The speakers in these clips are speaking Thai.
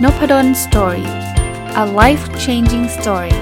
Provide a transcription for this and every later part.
Noppadan Story. A life-changing story.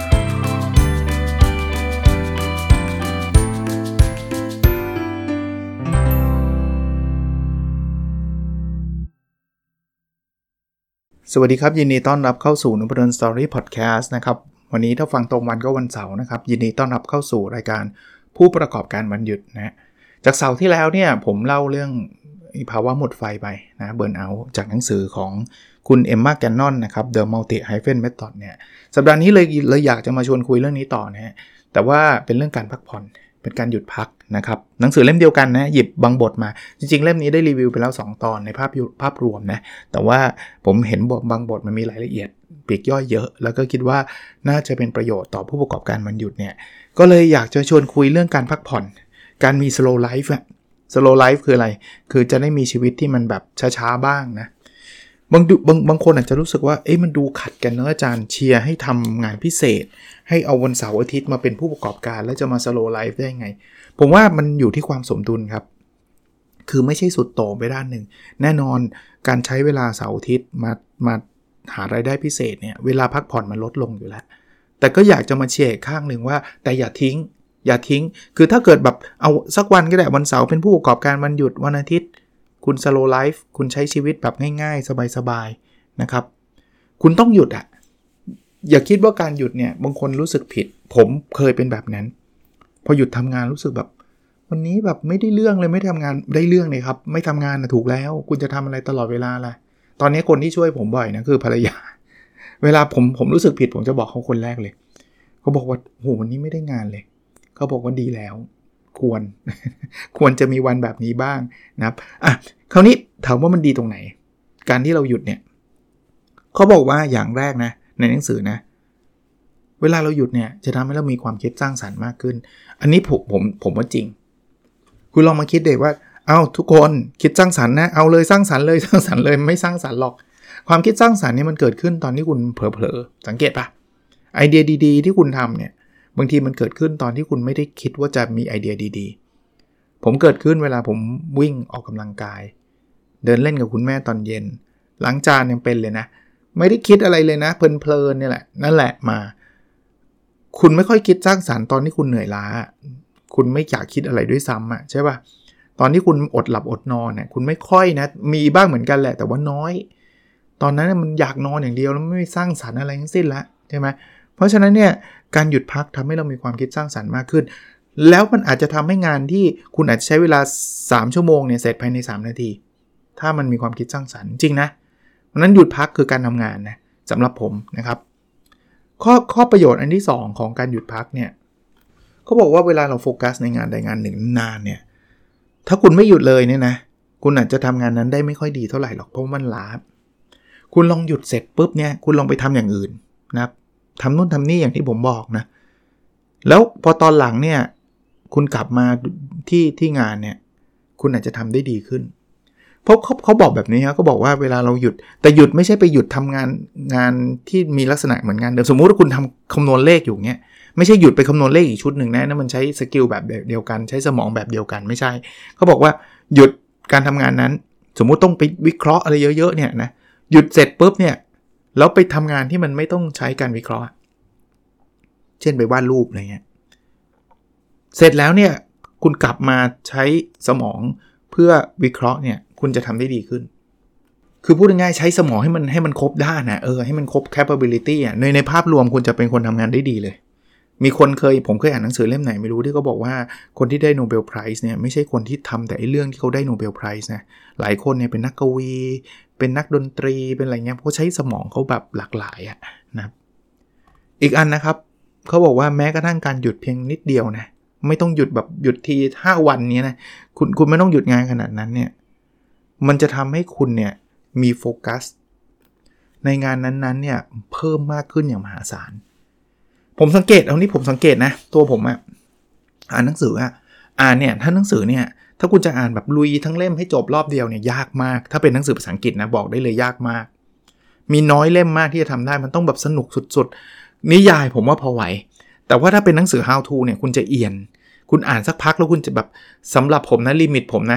สวัสดีครับยินดีต้อนรับเข้าสู่ Noppadan Story Podcast นะครับวันนี้ถ้าฟังตรงวันก็วันเสาร์นะครับยินดีต้อนรับเข้าสู่รายการผู้ประกอบการวันหยุดนะจากเสาร์ที่แล้วเนี่ยผมเล่าเรื่องภาวะหมดไฟไปนะเบิร์นเอาท์จากหนังสือของคุณเอมม่าแกนนอนนะครับ The Multi-Hyphen Method เนี่ยสัปดาห์นี้เลยอยากจะมาชวนคุยเรื่องนี้ต่อนะฮะแต่ว่าเป็นเรื่องการพักผ่อนเป็นการหยุดพักนะครับหนังสือเล่มเดียวกันนะหยิบบางบทมาจริงๆเล่มนี้ได้รีวิวไปแล้ว2ตอนในภาพรวมนะแต่ว่าผมเห็นบางบทมันมีรายละเอียดปลีกย่อยเยอะแล้วก็คิดว่าน่าจะเป็นประโยชน์ต่อผู้ประกอบการวันหยุดเนี่ยก็เลยอยากจะชวนคุยเรื่องการพักผ่อนการมี slow life อะ slow life คืออะไรคือจะได้มีชีวิตที่มันแบบช้าๆบ้างนะบางคนอาจจะรู้สึกว่ามันดูขัดกันเนอะอาจารย์เชียร์ให้ทำงานพิเศษให้เอาวันเสาร์อาทิตย์มาเป็นผู้ประกอบการแล้วจะมา slow life ได้ไงผมว่ามันอยู่ที่ความสมดุลครับคือไม่ใช่สุดโต่งไปด้านหนึ่งแน่นอนการใช้เวลาเสาร์อาทิตย์มาหารายได้พิเศษเนี่ยเวลาพักผ่อนมันลดลงอยู่แล้วแต่ก็อยากจะมาเชียร์ข้างหนึ่งว่าแต่อย่าทิ้งคือถ้าเกิดแบบเอาสักวันก็ได้วันเสาร์เป็นผู้ประกอบการวันหยุดวันอาทิตย์คุณ slow life คุณใช้ชีวิตแบบง่ายๆสบายๆนะครับคุณต้องหยุดอ่ะอย่าคิดว่าการหยุดเนี่ยบางคนรู้สึกผิดผมเคยเป็นแบบนั้นพอหยุดทำงานรู้สึกแบบวันนี้แบบไม่ได้เรื่องเลยไม่ทำงานได้เรื่องเลยครับไม่ทำงานนะถูกแล้วคุณจะทำอะไรตลอดเวลาล่ะตอนนี้คนที่ช่วยผมบ่อยนะคือภรรยาเวลาผมรู้สึกผิดผมจะบอกเขาคนแรกเลยเขาบอกว่าโหวันนี้ไม่ได้งานเลยเขาบอกว่าดีแล้วควรจะมีวันแบบนี้บ้างนะครับคราวนี้ถามว่ามันดีตรงไหนการที่เราหยุดเนี่ยเขาบอกว่าอย่างแรกนะในหนังสือนะเวลาเราหยุดเนี่ยจะทำให้เรามีความคิดสร้างสรรค์มากขึ้นอันนี้ผมว่าจริงคุณลองมาคิดเด็กว่าทุกคนคิดสร้างสรรค์นะเอาเลยสร้างสรรค์เลยไม่สร้างสรรค์หรอกความคิดสร้างสรรค์นี่มันเกิดขึ้นตอนที่คุณเผลอๆสังเกตปะไอเดียดีๆที่คุณทำเนี่ยบางทีมันเกิดขึ้นตอนที่คุณไม่ได้คิดว่าจะมีไอเดียดีๆผมเกิดขึ้นเวลาผมวิ่งออกกำลังกายเดินเล่นกับคุณแม่ตอนเย็นล้างจานยังเป็นเลยนะไม่ได้คิดอะไรเลยนะเพลินๆนี่แหละนั่นแหละมาคุณไม่ค่อยคิดสร้างสรรค์ตอนที่คุณเหนื่อยล้าคุณไม่อยากคิดอะไรด้วยซ้ำใช่ป่ะตอนที่คุณอดหลับอดนอนเนี่ยคุณไม่ค่อยนะมีบ้างเหมือนกันแหละแต่ว่าน้อยตอนนั้นมันอยากนอนอย่างเดียวแล้วไม่สร้างสรรค์อะไรทั้งสิ้นละใช่ไหมเพราะฉะนั้นเนี่ยการหยุดพักทำให้เรามีความคิดสร้างสรรค์มากขึ้นแล้วมันอาจจะทำให้งานที่คุณอาจจะใช้เวลา3ชั่วโมงเนี่ยเสร็จภายใน3นาทีถ้ามันมีความคิดสร้างสรรค์จริงนะเพราะนั้นหยุดพักคือการทำงานนะสำหรับผมนะครับข้อประโยชน์อันที่2ของการหยุดพักเนี่ยเขาบอกว่าเวลาเราโฟกัสในงานใดงานหนึ่งนานเนี่ยถ้าคุณไม่หยุดเลยเนี่ยนะคุณอาจจะทำงานนั้นได้ไม่ค่อยดีเท่าไหร่หรอกเพราะมันล้าคุณลองหยุดเสร็จปุ๊บเนี่ยคุณลองไปทำอย่างอื่นนะครับทำนู่นทำนี่อย่างที่ผมบอกนะแล้วพอตอนหลังเนี่ยคุณกลับมาที่งานเนี่ยคุณอาจจะทำได้ดีขึ้นเพราะเขาบอกแบบนี้ครับเขาบอกว่าเวลาเราหยุดแต่หยุดไม่ใช่ไปหยุดทำงานที่มีลักษณะเหมือนงานเดิมสมมุติว่าคุณทำคำนวณเลขอยู่เงี้ยไม่ใช่หยุดไปคำนวณเลขอีกชุดหนึ่งนะนั่นมันใช้สกิลแบบเดียวกันใช้สมองแบบเดียวกันไม่ใช่เขาบอกว่าหยุดการทำงานนั้นสมมุติต้องไปวิเคราะห์อะไรเยอะๆเนี่ยนะหยุดเสร็จปุ๊บเนี่ยแล้วไปทำงานที่มันไม่ต้องใช้การวิเคราะห์เช่นไปวาดรูปอะไรเงี้ยเสร็จแล้วเนี่ยคุณกลับมาใช้สมองเพื่อวิเคราะห์เนี่ยคุณจะทำได้ดีขึ้นคือพูดง่ายๆใช้สมองให้มันครบด้านนะให้มันครบ capability ในภาพรวมคุณจะเป็นคนทำงานได้ดีเลยมีคนผมเคยอ่านหนังสือเล่มไหนไม่รู้ที่เขาบอกว่าคนที่ได้โนเบลไพรส์เนี่ยไม่ใช่คนที่ทำแต่เรื่องที่เขาได้โนเบลไพรส์นะหลายคนเนี่ยเป็นนักกวีเป็นนักดนตรีเป็นอะไรเงี้ยเพราะใช้สมองเขาแบบหลากหลายนะครับอีกอันนะครับเขาบอกว่าแม้กระทั่งการหยุดเพียงนิดเดียวนะไม่ต้องหยุดแบบหยุดที5วันนี้นะคุณไม่ต้องหยุดงานขนาดนั้นเนี่ยมันจะทำให้คุณเนี่ยมีโฟกัสในงานนั้นๆเนี่ยเพิ่มมากขึ้นอย่างมหาศาลผมสังเกตผมสังเกตนะตัวผมอ่านหนังสืออ่านเนี่ยถ้าหนังสือเนี่ยถ้าคุณจะอ่านแบบลุยทั้งเล่มให้จบรอบเดียวเนี่ยยากมากถ้าเป็นหนังสือภาษาอังกฤษนะบอกได้เลยยากมากมีน้อยเล่มมากที่จะทำได้มันต้องแบบสนุกสุดๆนิยายผมว่าพอไหวแต่ว่าถ้าเป็นหนังสือ how to เนี่ยคุณจะเอียนคุณอ่านสักพักแล้วคุณจะแบบสำหรับผมนะลิมิตผมนะ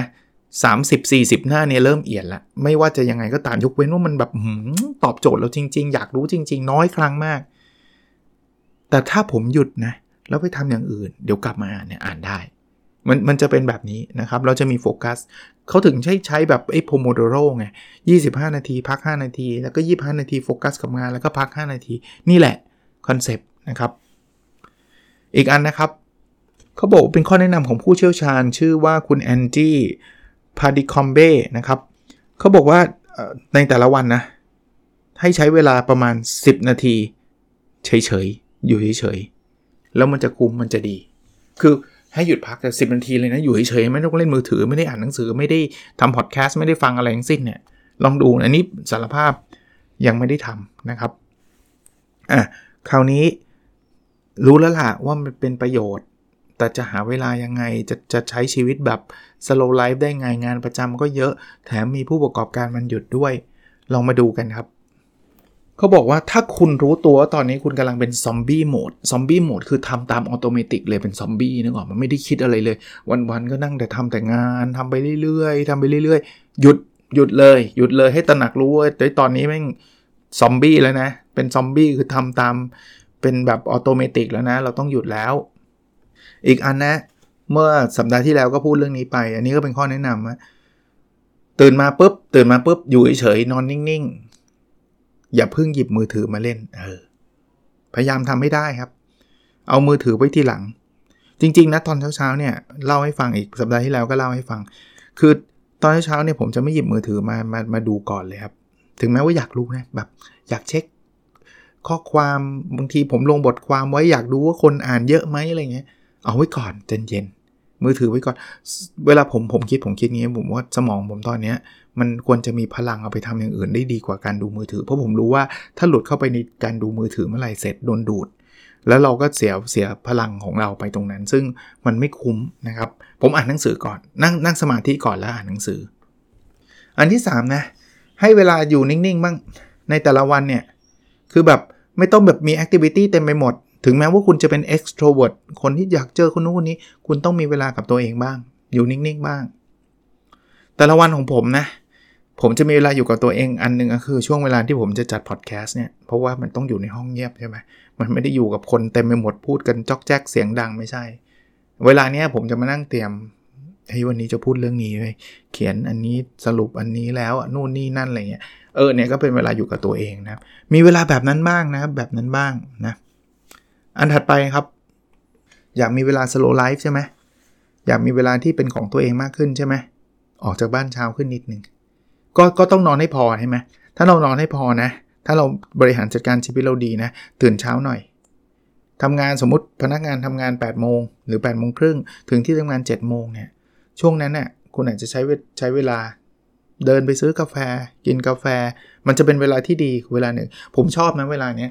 30-40 หน้าเนี่ยเริ่มเอียดละไม่ว่าจะยังไงก็ตามยกเว้นว่ามันแบบตอบโจทย์เราจริงๆอยากรู้จริงๆน้อยครั้งมากแต่ถ้าผมหยุดนะแล้วไปทำอย่างอื่นเดี๋ยวกลับมาอ่านเนี่ยอ่านได้มันจะเป็นแบบนี้นะครับเราจะมีโฟกัสเขาถึงใช้แบบไอ้โพโมโดโรไง25นาทีพัก5นาทีแล้วก็25นาทีโฟกัสกับงานแล้วก็พัก5นาทีนี่แหละคอนเซปต์นะครับอีกอันนะครับเขาบอกเป็นข้อแนะนำของผู้เชี่ยวชาญชื่อว่าคุณแอนจี้พาดิคอมเบ้นะครับเขาบอกว่าในแต่ละวันนะให้ใช้เวลาประมาณ10นาทีเฉยๆอยู่เฉยๆแล้วมันจะคุ้มมันจะดีคือให้หยุดพักแต่10นาทีเลยนะอยู่เฉยๆไม่ต้องเล่นมือถือไม่ได้อ่านหนังสือไม่ได้ทำพอดแคสต์ไม่ได้ฟังอะไรทั้งสิ้นเนี่ยลองดูอันนี้สารภาพยังไม่ได้ทำนะครับคราวนี้รู้แล้วล่ะว่ามันเป็นประโยชน์แต่จะหาเวลายังไงจะใช้ชีวิตแบบ slow life ได้ไงงานประจำก็เยอะแถมมีผู้ประกอบการมันหยุดด้วยลองมาดูกันครับเขาบอกว่าถ้าคุณรู้ตัวว่าตอนนี้คุณกำลังเป็นซอมบี้โหมดคือทำตามออโตเมติกเลยเป็นซอมบี้นึกออกมันไม่ได้คิดอะไรเลยวันๆก็นั่งแต่ทำแต่งานทำไปเรื่อยๆหยุดเลยให้ตระหนักรู้ว่าตอนนี้แม่งซอมบี้แล้วนะเป็นซอมบี้คือทำตามเป็นแบบออโตเมติกแล้วนะเราต้องหยุดแล้วอีกอันนะเมื่อสัปดาห์ที่แล้วก็พูดเรื่องนี้ไปอันนี้ก็เป็นข้อแนะนำว่าตื่นมาปุ๊บอยู่เฉยๆนอนนิ่งๆอย่าเพิ่งหยิบมือถือมาเล่นพยายามทำให้ได้ครับเอามือถือไว้ที่หลังจริงๆนะตอนเช้าๆเนี่ยเล่าให้ฟังอีกสัปดาห์ที่แล้วก็เล่าให้ฟังคือตอนเช้าเนี่ยผมจะไม่หยิบมือถือมาดูก่อนเลยครับถึงแม้ว่าอยากรู้นะแบบอยากเช็คข้อความบางทีผมลงบทความไว้อยากดูว่าคนอ่านเยอะไหมอะไรเงี้ยเอาไว้ก่อนเย็นๆมือถือไว้ก่อนเวลาผมคิดงี้ผมว่าสมองผมตอนนี้มันควรจะมีพลังเอาไปทำอย่างอื่นได้ดีกว่าการดูมือถือเพราะผมรู้ว่าถ้าหลุดเข้าไปในการดูมือถือเมื่อไหร่เสร็จโดนดูดแล้วเราก็เสียพลังของเราไปตรงนั้นซึ่งมันไม่คุ้มนะครับผมอ่านหนังสือก่อนนั่งสมาธิก่อนแล้วอ่านหนังสืออันที่3นะให้เวลาอยู่นิ่งๆบ้างในแต่ละวันเนี่ยคือแบบไม่ต้องแบบมีแอคทิวิตี้เต็มไปหมดถึงแม้ว่าคุณจะเป็น extrovert คนที่อยากเจอคนนู้นคนนี้คุณต้องมีเวลากับตัวเองบ้างอยู่นิ่งๆบ้างแต่ละวันของผมนะผมจะมีเวลาอยู่กับตัวเองอันนึงก็คือช่วงเวลาที่ผมจะจัดพอดแคสต์เนี่ยเพราะว่ามันต้องอยู่ในห้องเงียบใช่ไหมมันไม่ได้อยู่กับคนเต็มไปหมดพูดกันจ๊อกแจ๊กเสียงดังไม่ใช่เวลาเนี้ยผมจะมานั่งเตรียมให้วันนี้จะพูดเรื่องนี้เลยเขียนอันนี้สรุปอันนี้แล้วนู่นนี่นั่นอะไรเงี้ยเนี่ยก็เป็นเวลาอยู่กับตัวเองนะครับมีเวลาแบบนั้นบ้างนะครับแบบนั้นบ้างนะอันถัดไปครับอยากมีเวลา slow life ใช่ไหมอยากมีเวลาที่เป็นของตัวเองมากขึ้นใช่ไหมออกจากบ้านเช้าขึ้นนิดนึงก็ต้องนอนให้พอใช่ไหมถ้าเรานอนให้พอนะถ้าเราบริหารจัดการชีวิตเราดีนะตื่นเช้าหน่อยทำงานสมมุติพนักงานทำงาน 8 โมงหรือ 8 โมงครึ่งถึงที่ทำงาน 7 โมงเนี่ยช่วงนั้นเนี่ยคุณอาจจะใช้เวลาเดินไปซื้อกาแฟกินกาแฟมันจะเป็นเวลาที่ดีเวลาหนึ่งผมชอบนะเวลาเนี้ย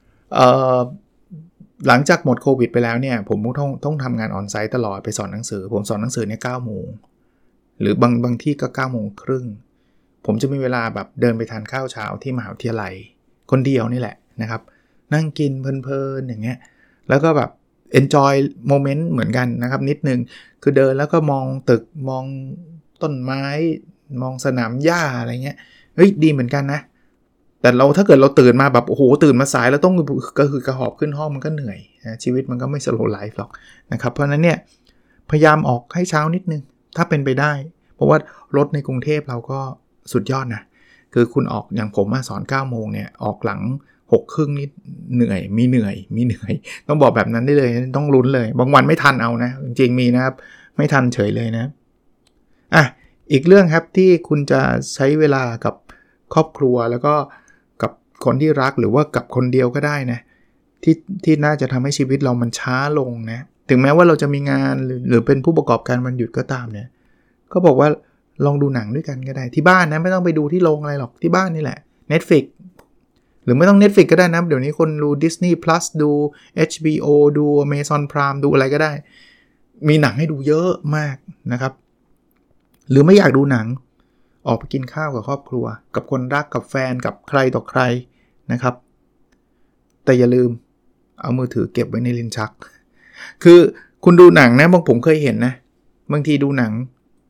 หลังจากหมดโควิดไปแล้วเนี่ยผมต้องทำงานออนไซต์ตลอดไปสอนหนังสือผมสอนหนังสือเนี่ย9 โมงหรือบางที่ก็9 โมงครึ่งผมจะมีเวลาแบบเดินไปทานข้าวเช้าที่มหาวิทยาลัยคนเดียวนี่แหละนะครับนั่งกินเพลินๆอย่างเงี้ยแล้วก็แบบ enjoy moment เหมือนกันนะครับนิดนึงคือเดินแล้วก็มองตึกมองต้นไม้มองสนามหญ้าอะไรเงี้ยดีเหมือนกันนะแต่ถ้าเกิดเราตื่นมาแบบโอ้โหตื่นมาสายแล้วต้องก็คือกระหอบขึ้นห้องมันก็เหนื่อยนะชีวิตมันก็ไม่ slow life หรอกนะครับเพราะนั้นเนี่ยพยายามออกให้เช้านิดนึงถ้าเป็นไปได้เพราะว่ารถในกรุงเทพเราก็สุดยอดนะคือคุณออกอย่างผมสอน 9 โมงเนี่ยออกหลัง 6 ครึ่งนี่เหนื่อยต้องบอกแบบนั้นได้เลยต้องลุ้นเลยบางวันไม่ทันเอานะจริงๆมีนะครับไม่ทันเฉยเลยนะอีกเรื่องครับที่คุณจะใช้เวลากับครอบครัวแล้วก็กับคนที่รักหรือว่ากับคนเดียวก็ได้นะที่น่าจะทำให้ชีวิตเรามันช้าลงนะถึงแม้ว่าเราจะมีงานหรือเป็นผู้ประกอบการวันหยุดก็ตามเนี่ยก็บอกว่าลองดูหนังด้วยกันก็ได้ที่บ้านนะไม่ต้องไปดูที่โรงอะไรหรอกที่บ้านนี่แหละ Netflix หรือไม่ต้อง Netflix ก็ได้นะเดี๋ยวนี้คนดู Disney Plus ดู HBO ดู Amazon Prime ดูอะไรก็ได้มีหนังให้ดูเยอะมากนะครับหรือไม่อยากดูหนังออกไปกินข้าวกับครอบครัวกับคนรักกับแฟนกับใครต่อใครนะครับแต่อย่าลืมเอามือถือเก็บไว้ในลิ้นชักคือคุณดูหนังนะผมเคยเห็นนะบางทีดูหนัง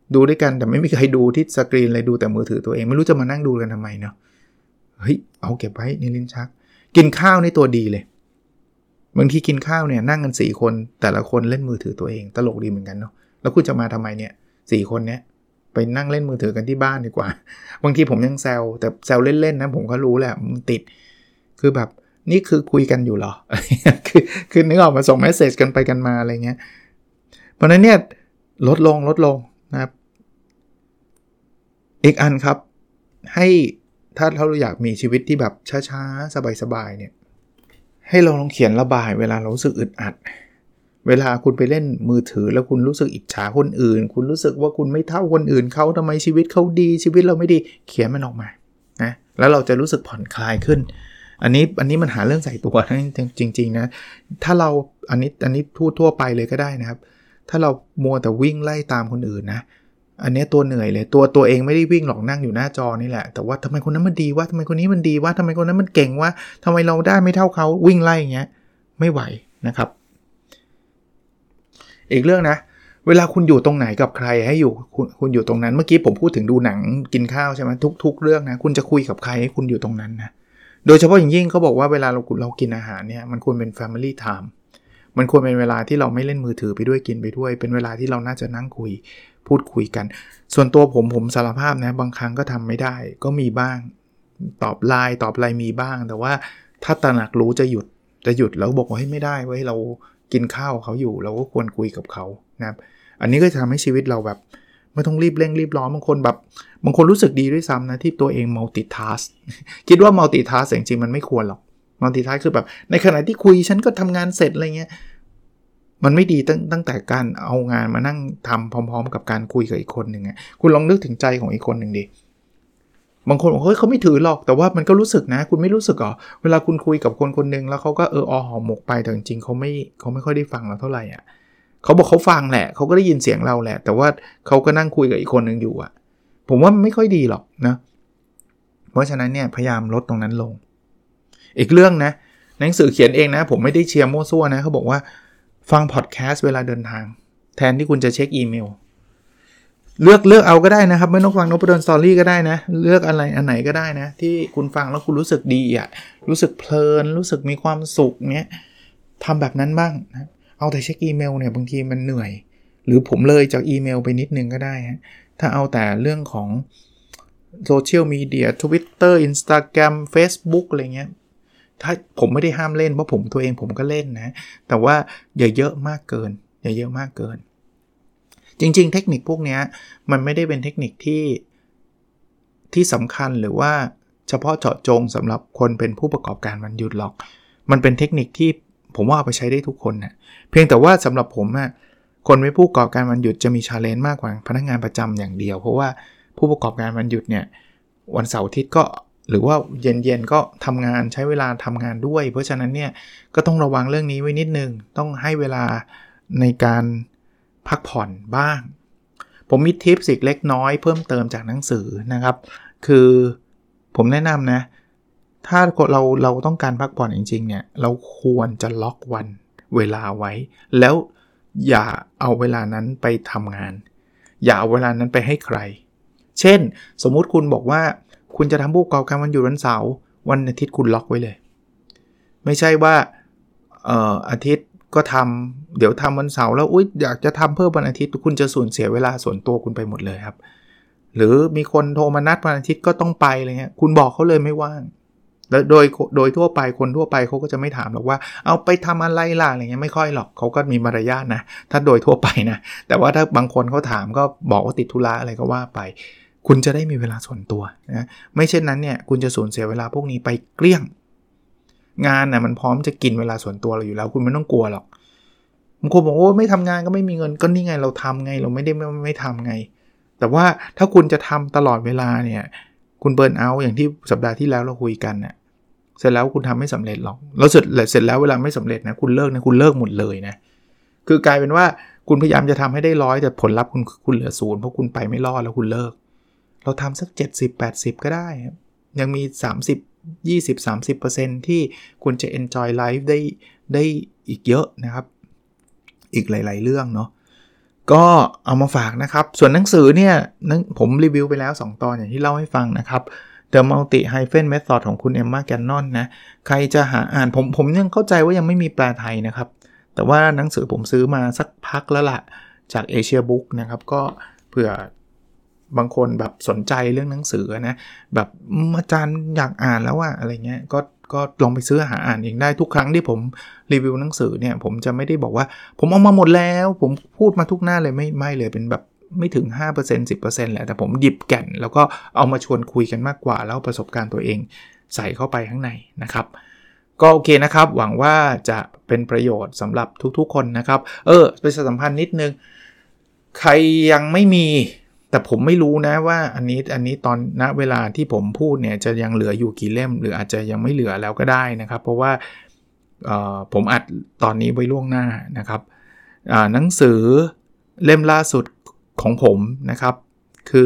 ดูด้วยกันแต่ไม่มีใครดูที่สกรีนเลยดูแต่มือถือตัวเองไม่รู้จะมานั่งดูกันทำไมเนาะเฮ้ยเอาเก็บไว้ในลิ้นชักกินข้าวในตัวดีเลยบางทีกินข้าวเนี่ยนั่งกัน4คนแต่ละคนเล่นมือถือตัวเองตลกดีเหมือนกันเนาะแล้วคุณจะมาทำไมเนี่ย4คนเนี้ยไปนั่งเล่นมือถือกันที่บ้านดีกว่าบางทีผมยังแซวแต่แซวเล่นๆนะผมก็รู้แหละมันติดคือแบบนี่คือคุยกันอยู่เหรอ คือนึกออกมาส่งเมสเสจกันไปกันมาอะไรเงี้ยเพราะนั้นเนี่ยลดลงนะครับอีกอันครับให้ถ้าเราอยากมีชีวิตที่แบบช้าๆสบายๆเนี่ยให้เราลองเขียนระบายเวลาเรารู้สึกอึดอัดเวลาคุณไปเล่นมือถือแล้วคุณรู้สึกอิจฉาคนอื่นคุณรู้สึกว่าคุณไม่เท่าคนอื่นเขาทำไมชีวิตเขาดีชีวิตเราไม่ดีเขียนมันออกมานะแล้วเราจะรู้สึกผ่อนคลายขึ้นอันนี้มันหาเรื่องใส่ตัวจริงๆนะถ้าเราอันนี้ทั่วไปเลยก็ได้นะครับถ้าเรามัวแต่วิ่งไล่ตามคนอื่นนะอันนี้ตัวเหนื่อยเลยตัวเองไม่ได้วิ่งหรอกนั่งอยู่หน้าจอนี่แหละแต่ว่าทำไมคนนั้นมันดีวะทำไมคนนี้มันดีวะทำไมคนนั้นมันเก่งวะทำไมเราได้ไม่เท่าเขาวิ่งไล่อย่างเงี้ยไม่ไหวนะครับอีกเรื่องนะเวลาคุณอยู่ตรงไหนกับใครให้อยู่คุณอยู่ตรงนั้นเมื่อกี้ผมพูดถึงดูหนังกินข้าวใช่ไหมทุกเรื่องนะคุณจะคุยกับใครให้คุณอยู่ตรงนั้นนะโดยเฉพาะอย่างยิ่งเขาบอกว่าเวลาเรากินอาหารเนี่ยมันควรเป็น family time มันควรเป็นเวลาที่เราไม่เล่นมือถือไปด้วยกินไปด้วยเป็นเวลาที่เราน่าจะนั่งพูดคุยกันส่วนตัวผมสารภาพนะบางครั้งก็ทำไม่ได้ก็มีบ้างตอบไลน์ตอบอะไรมีบ้างแต่ว่าถ้าตระหนักรู้จะหยุดแล้วบอกว่าให้ไม่ได้ไว้เรากินข้าวเขาอยู่เราก็ควรคุยกับเขานะครับอันนี้ก็จะทำให้ชีวิตเราแบบไม่ต้องรีบเร่งรีบร้อนบางคนรู้สึกดีด้วยซ้ำนะที่ตัวเอง multitask คิดว่า multitask จริงๆมันไม่ควรหรอก multitask คือแบบในขณะที่คุยฉันก็ทำงานเสร็จอะไรเงี้ยมันไม่ดีตั้งแต่การเอางานมานั่งทำพร้อมๆกับการคุยกับอีกคนหนึ่งคุณลองนึกถึงใจของอีกคนหนึ่งดิบางคนบอกเฮ้ยเขาไม่ถือหรอกแต่ว่ามันก็รู้สึกนะคุณไม่รู้สึกหรอเวลาคุณคุยกับคนนึงแล้วเขาก็หอมหมกไปแต่จริงๆเขาไม่ค่อยได้ฟังเราเท่าไหร่อ่ะเขาบอกเขาฟังแหละเขาก็ได้ยินเสียงเราแหละแต่ว่าเขาก็นั่งคุยกับอีกคนนึงอยู่อ่ะผมว่าไม่ค่อยดีหรอกนะเพราะฉะนั้นเนี่ยพยายามลดตรงนั้นลงอีกเรื่องนะหนังสือเขียนเองนะผมไม่ได้เชียร์มั่วซั่วนะเขาบอกว่าฟังพอดแคสต์เวลาเดินทางแทนที่คุณจะเช็คอีเมลเลือกเอาก็ได้นะครับไม่ต้องฟังนพดลสตอรี่ก็ได้นะเลือกอันไหนก็ได้นะที่คุณฟังแล้วคุณรู้สึกดีอ่ะรู้สึกเพลินรู้สึกมีความสุขเนี้ยทำแบบนั้นบ้างนะเอาแต่เช็คอีเมลเนี่ยบางทีมันเหนื่อยหรือผมเลยจากอีเมลไปนิดนึงก็ได้ฮะถ้าเอาแต่เรื่องของโซเชียลมีเดีย Twitter Instagram Facebook อะไรเงี้ยถ้าผมไม่ได้ห้ามเล่นเพราะตัวเองผมก็เล่นนะแต่ว่าอย่าเยอะมากเกินจริงๆเทคนิคพวกนี้มันไม่ได้เป็นเทคนิคที่สำคัญหรือว่าเฉพาะเจาะจงสำหรับคนเป็นผู้ประกอบการวันหยุดหรอกมันเป็นเทคนิคที่ผมว่าเอาไปใช้ได้ทุกคนนะเพียงแต่ว่าสำหรับผมคนเป็นผู้ประกอบการวันหยุดจะมี challenge มากกว่าพนักงานประจำอย่างเดียวเพราะว่าผู้ประกอบการวันหยุดเนี่ยวันเสาร์อาทิตย์ก็หรือว่าเย็นๆก็ทำงานใช้เวลาทำงานด้วยเพราะฉะนั้นเนี่ยก็ต้องระวังเรื่องนี้ไว้นิดนึงต้องให้เวลาในการพักผ่อนบ้างผมมีทิปส์เล็กน้อยเพิ่มเติมจากหนังสือนะครับคือผมแนะนำนะถ้าเราต้องการพักผ่อนจริงๆเนี่ยเราควรจะล็อกวันเวลาไว้แล้วอย่าเอาเวลานั้นไปทำงานอย่าเอาเวลานั้นไปให้ใครเช่นสมมุติคุณบอกว่าคุณจะทำผู้ประกอบการวันหยุดวันเสาร์วันอาทิตย์คุณล็อกไว้เลยไม่ใช่ว่าอาทิตย์ก็ทำเดี๋ยวทำวันเสาร์แล้วอยากจะทำเพิ่มวันอาทิตย์คุณจะสูญเสียเวลาส่วนตัวคุณไปหมดเลยครับหรือมีคนโทรมานัดวันอาทิตย์ก็ต้องไปอะไรเงี้ยคุณบอกเขาเลยไม่ว่างแล้วโดยทั่วไปคนทั่วไปเขาก็จะไม่ถามหรอกว่าเอาไปทำอะไรล่ะอะไรเงี้ยไม่ค่อยหรอกเขาก็มีมารยาทนะถ้าโดยทั่วไปนะแต่ว่าถ้าบางคนเขาถามก็บอกว่าติดธุระอะไรก็ว่าไปคุณจะได้มีเวลาส่วนตัวนะไม่เช่นนั้นเนี่ยคุณจะสูญเสียเวลาพวกนี้ไปเกลี้ยงงานมันพร้อมจะกินเวลาส่วนตัวเราอยู่แล้วคุณไม่ต้องกลัวหรอกบางคนบอกว่าไม่ทำงานก็ไม่มีเงินก็นี่ไงเราทำไงเราไม่ได้ไม่ทำไงแต่ว่าถ้าคุณจะทำตลอดเวลาเนี่ยคุณเบิร์นเอาท์อย่างที่สัปดาห์ที่แล้วเราคุยกันเนี่ยเสร็จแล้วคุณทำไม่สำเร็จหรอกแล้วเสร็จแล้วเวลาไม่สำเร็จนะคุณเลิกหมดเลยนะคือกลายเป็นว่าคุณพยายามจะทำให้ได้100แต่ผลลัพธ์คุณเหลือ0เพราะคุณไปไม่รอดแล้วคุณเลิกเราทำสัก 70-80 ก็ได้ยังมี20-30% ที่คุณจะ enjoy life ได้อีกเยอะนะครับอีกหลายๆเรื่องเนาะก็เอามาฝากนะครับส่วนหนังสือเนี่ยผมรีวิวไปแล้ว2ตอนอย่างที่เล่าให้ฟังนะครับ The Multi-Hyphen Method ของคุณ Emma Cannon นะใครจะหาอ่านผมยังเข้าใจว่ายังไม่มีแปลไทยนะครับแต่ว่าหนังสือผมซื้อมาสักพักแล้วล่ะจาก Asia Book นะครับก็เผื่อบางคนแบบสนใจเรื่องหนังสือนะแบบอาจารย์อยากอ่านแล้วว่าอะไรเงี้ยก็ลองไปซื้อหาอ่านเองได้ทุกครั้งที่ผมรีวิวหนังสือเนี่ยผมจะไม่ได้บอกว่าผมเอามาหมดแล้วผมพูดมาทุกหน้าเลยไม่เลยเป็นแบบไม่ถึง 5% 10% แหละแต่ผมหยิบแก่นแล้วก็เอามาชวนคุยกันมากกว่าแล้วประสบการณ์ตัวเองใส่เข้าไปข้างในนะครับก็โอเคนะครับหวังว่าจะเป็นประโยชน์สำหรับทุกๆคนนะครับประชาสัมพันธ์นิดนึงใครยังไม่มีแต่ผมไม่รู้นะว่าอันนี้ตอนณเวลาที่ผมพูดเนี่ยจะยังเหลืออยู่กี่เล่มหรืออาจจะยังไม่เหลือแล้วก็ได้นะครับเพราะว่าผมอัดตอนนี้ไว้ล่วงหน้านะครับหนังสือเล่มล่าสุดของผมนะครับคือ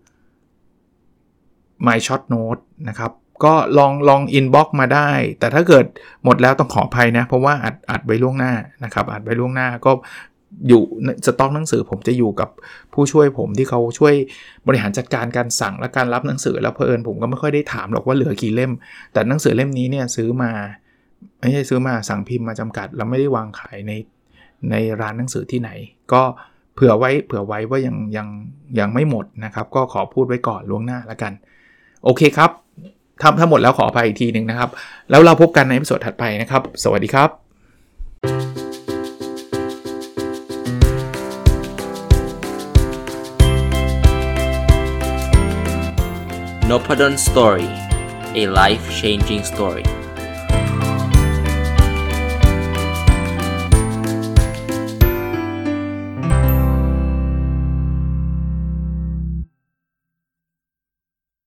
My Short Note นะครับก็ลอง inbox มาได้แต่ถ้าเกิดหมดแล้วต้องขออภัยนะเพราะว่าอัดไว้ล่วงหน้านะครับอัดไว้ล่วงหน้าก็อยู่สต็อกหนังสือผมจะอยู่กับผู้ช่วยผมที่เขาช่วยบริหารจัดการการสั่งและการรับหนังสือแล้วเผอิญผมก็ไม่ค่อยได้ถามหรอกว่าเหลือกี่เล่มแต่หนังสือเล่มนี้เนี่ยซื้อมาไม่ใช่ซื้อมาสั่งพิมพ์มาจำกัดแล้วไม่ได้วางขายในร้านหนังสือที่ไหนก็เผื่อไว้ว่ายังไม่หมดนะครับก็ขอพูดไว้ก่อนล่วงหน้าแล้วกันโอเคครับถ้าหมดแล้วขออภัยอีกทีนึงนะครับแล้วเราพบกันในเอพิโซดถัดไปนะครับสวัสดีครับ Nopadon Story, a life-changing story.